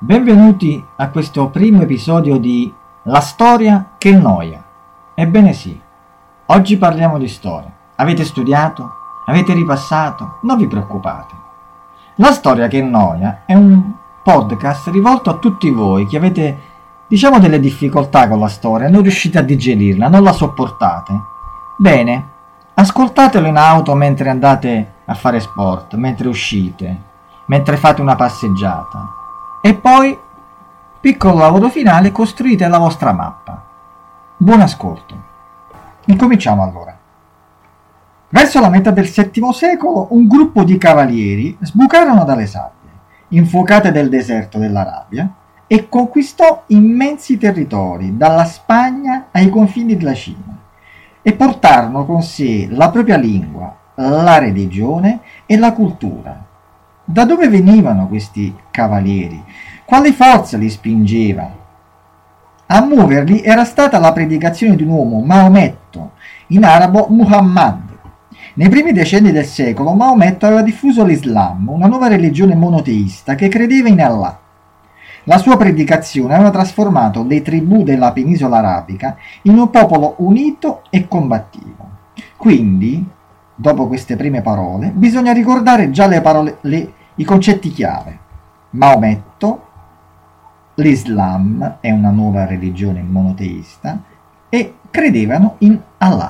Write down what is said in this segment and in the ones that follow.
Benvenuti a questo primo episodio di La storia che noia. Ebbene sì, oggi parliamo di storia. Avete studiato? Avete ripassato? Non vi preoccupate. La storia che noia è un podcast rivolto a tutti voi che avete, delle difficoltà con la storia, non riuscite a digerirla, non la sopportate. Bene, ascoltatelo in auto mentre andate a fare sport, mentre uscite, mentre fate una passeggiata. E poi, piccolo lavoro finale, costruite la vostra mappa. Buon ascolto. Incominciamo allora. Verso la metà del VII secolo, un gruppo di cavalieri sbucarono dalle sabbie, infuocate del deserto dell'Arabia, e conquistò immensi territori, dalla Spagna ai confini della Cina, e portarono con sé la propria lingua, la religione e la cultura. Da dove venivano questi cavalieri? Quale forza li spingeva? A muoverli era stata la predicazione di un uomo, Maometto, in arabo Muhammad. Nei primi decenni del secolo Maometto aveva diffuso l'Islam, una nuova religione monoteista che credeva in Allah. La sua predicazione aveva trasformato le tribù della penisola arabica in un popolo unito e combattivo. Quindi, dopo queste prime parole, bisogna ricordare già i concetti chiave. Maometto, l'Islam è una nuova religione monoteista e credevano in Allah.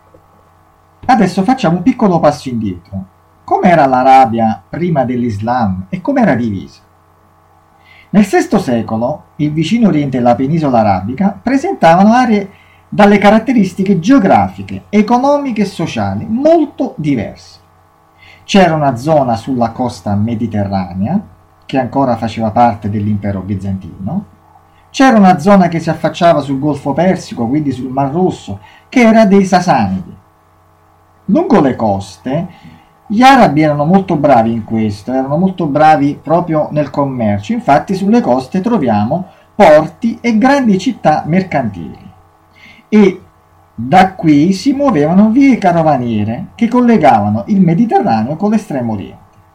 Adesso facciamo un piccolo passo indietro. Com'era l'Arabia prima dell'Islam e com'era divisa? Nel VI secolo il vicino Oriente e la penisola arabica presentavano aree dalle caratteristiche geografiche, economiche e sociali molto diverse. C'era una zona sulla costa mediterranea, che ancora faceva parte dell'impero bizantino. C'era una zona che si affacciava sul Golfo Persico, quindi sul Mar Rosso, che era dei Sasanidi. Lungo le coste, gli arabi erano molto bravi in questo, erano molto bravi proprio nel commercio. Infatti sulle coste troviamo porti e grandi città mercantili. E da qui si muovevano vie carovaniere che collegavano il Mediterraneo con l'Estremo Oriente.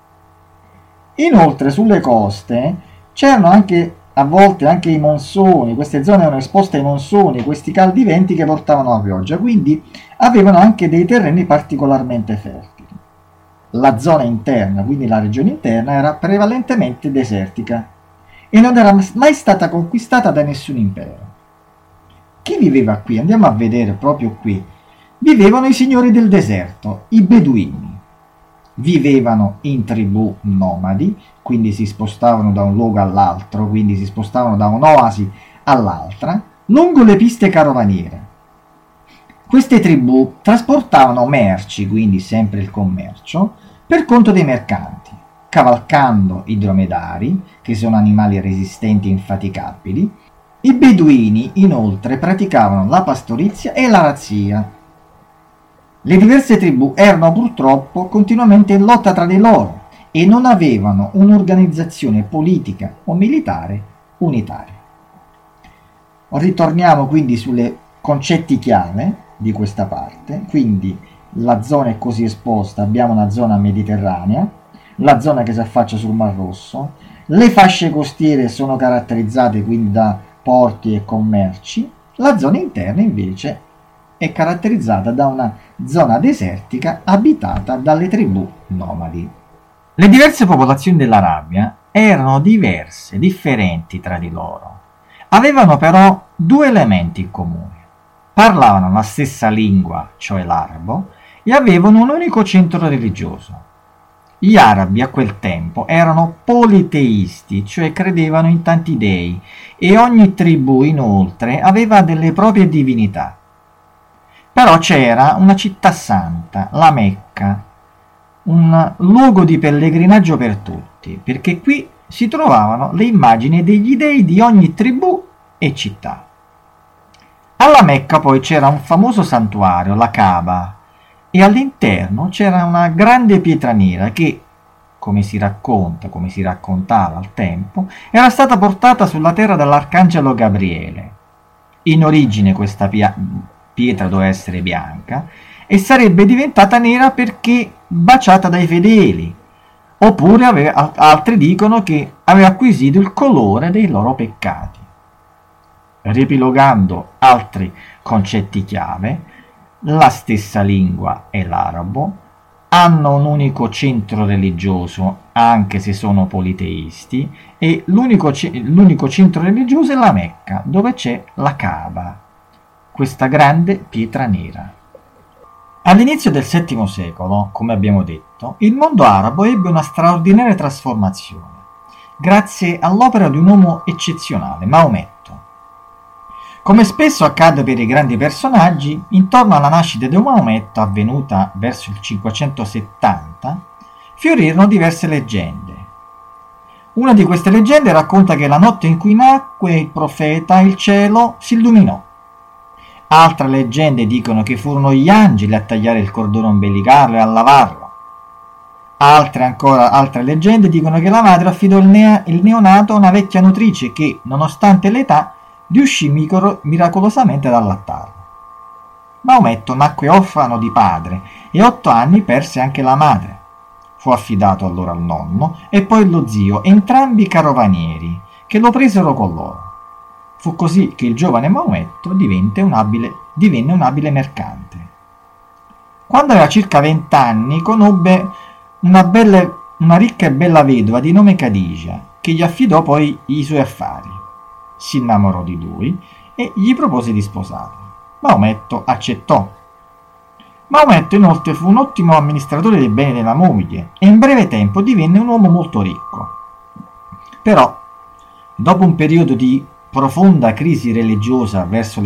Inoltre sulle coste c'erano a volte anche i monsoni, queste zone erano esposte ai monsoni, questi caldi venti che portavano la pioggia, quindi avevano anche dei terreni particolarmente fertili. La zona interna, quindi la regione interna, era prevalentemente desertica e non era mai stata conquistata da nessun impero. Chi viveva qui? Andiamo a vedere proprio qui. Vivevano i signori del deserto, i beduini. Vivevano in tribù nomadi, quindi si spostavano da un luogo all'altro, quindi si spostavano da un'oasi all'altra, lungo le piste carovaniere. Queste tribù trasportavano merci, quindi sempre il commercio, per conto dei mercanti, cavalcando i dromedari, che sono animali resistenti e infaticabili. I beduini, inoltre, praticavano la pastorizia e la razzia. Le diverse tribù erano purtroppo continuamente in lotta tra di loro e non avevano un'organizzazione politica o militare unitaria. Ritorniamo quindi sulle concetti chiave di questa parte. Quindi la zona è così esposta, abbiamo una zona mediterranea, la zona che si affaccia sul Mar Rosso, le fasce costiere sono caratterizzate quindi da porti e commerci, la zona interna invece è caratterizzata da una zona desertica abitata dalle tribù nomadi. Le diverse popolazioni dell'Arabia erano differenti tra di loro. Avevano però due elementi in comune. Parlavano la stessa lingua, cioè l'arabo, e avevano un unico centro religioso. Gli arabi a quel tempo erano politeisti, cioè credevano in tanti dei, e ogni tribù inoltre aveva delle proprie divinità. Però c'era una città santa, la Mecca, un luogo di pellegrinaggio per tutti, perché qui si trovavano le immagini degli dei di ogni tribù e città. Alla Mecca poi c'era un famoso santuario, la Kaaba, e all'interno c'era una grande pietra nera che, come si raccontava al tempo, era stata portata sulla terra dall'arcangelo Gabriele. In origine questa pietra doveva essere bianca e sarebbe diventata nera perché baciata dai fedeli. oppure altri dicono che aveva acquisito il colore dei loro peccati. Riepilogando altri concetti chiave, la stessa lingua e l'arabo hanno un unico centro religioso, anche se sono politeisti, e l'unico centro religioso è la Mecca, dove c'è la Kaaba, questa grande pietra nera. All'inizio del VII secolo, come abbiamo detto, il mondo arabo ebbe una straordinaria trasformazione, grazie all'opera di un uomo eccezionale, Maometto. Come spesso accade per i grandi personaggi, intorno alla nascita di Maometto, avvenuta verso il 570, fiorirono diverse leggende. Una di queste leggende racconta che la notte in cui nacque il profeta, il cielo si illuminò. Altre leggende dicono che furono gli angeli a tagliare il cordone ombelicale e a lavarlo. Altre leggende dicono che la madre affidò il neonato a una vecchia nutrice che, nonostante l'età, riuscì miracolosamente ad allattarlo. Maometto nacque orfano di padre e 8 anni perse anche la madre. Fu affidato allora al nonno e poi allo zio, entrambi carovanieri, che lo presero con loro. Fu così che il giovane Maometto divenne un abile mercante. Quando aveva circa 20 anni conobbe una ricca e bella vedova di nome Cadigia, che gli affidò poi i suoi affari. Si innamorò di lui e gli propose di sposarlo. Maometto accettò. Maometto inoltre fu un ottimo amministratore dei beni della moglie e in breve tempo divenne un uomo molto ricco. Però, dopo un periodo di profonda crisi religiosa verso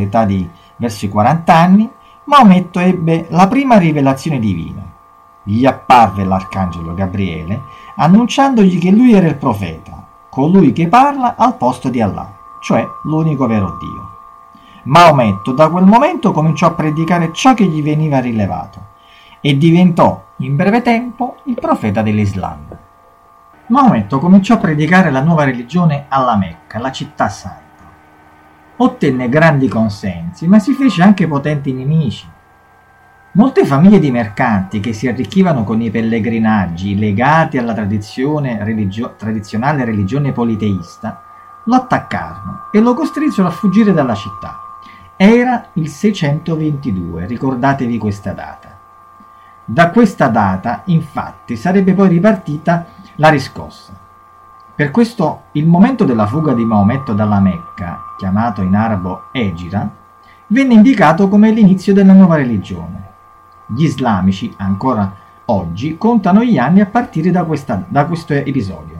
i 40 anni, Maometto ebbe la prima rivelazione divina. Gli apparve l'arcangelo Gabriele annunciandogli che lui era il profeta, colui che parla al posto di Allah, cioè l'unico vero Dio. Maometto da quel momento cominciò a predicare ciò che gli veniva rilevato e diventò in breve tempo il profeta dell'Islam. Maometto cominciò a predicare la nuova religione alla Mecca, la città santa. Ottenne grandi consensi, ma si fece anche potenti nemici. Molte famiglie di mercanti che si arricchivano con i pellegrinaggi legati alla tradizionale religione politeista lo attaccarono e lo costrinsero a fuggire dalla città. Era il 622, ricordatevi questa data. Da questa data, infatti, sarebbe poi ripartita la riscossa. Per questo il momento della fuga di Maometto dalla Mecca, chiamato in arabo Egira, venne indicato come l'inizio della nuova religione. Gli islamici, ancora oggi, contano gli anni a partire da questo episodio.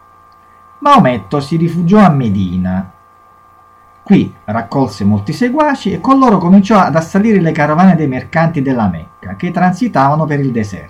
Maometto si rifugiò a Medina. Qui raccolse molti seguaci e con loro cominciò ad assalire le carovane dei mercanti della Mecca che transitavano per il deserto.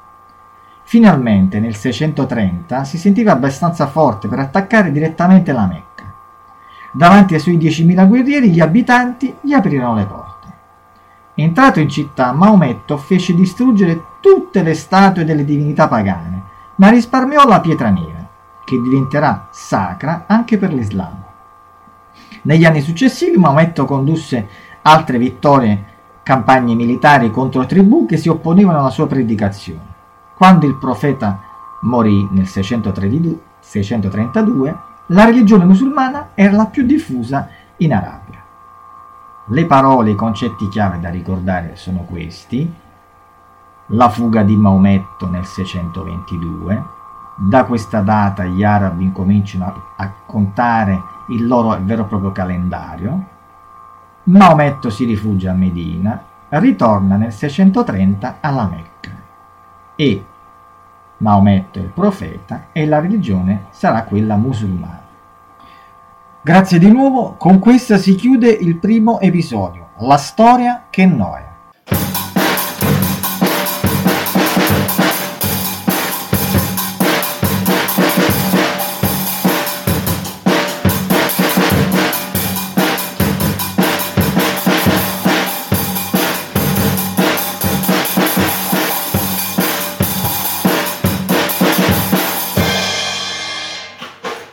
Finalmente, nel 630, si sentiva abbastanza forte per attaccare direttamente la Mecca. Davanti ai suoi 10.000 guerrieri, gli abitanti gli aprirono le porte. Entrato in città, Maometto fece distruggere tutte le statue delle divinità pagane, ma risparmiò la pietra nera, che diventerà sacra anche per l'Islam. Negli anni successivi Maometto condusse altre campagne militari contro tribù che si opponevano alla sua predicazione. Quando il profeta morì nel 632, la religione musulmana era la più diffusa in Arabia. Le parole, i concetti chiave da ricordare sono questi: la fuga di Maometto nel 622, da questa data gli arabi incominciano a contare il loro vero e proprio calendario, Maometto si rifugia a Medina, ritorna nel 630 alla Mecca e Maometto è il profeta e la religione sarà quella musulmana. Grazie di nuovo, con questa si chiude il primo episodio, La storia che noia.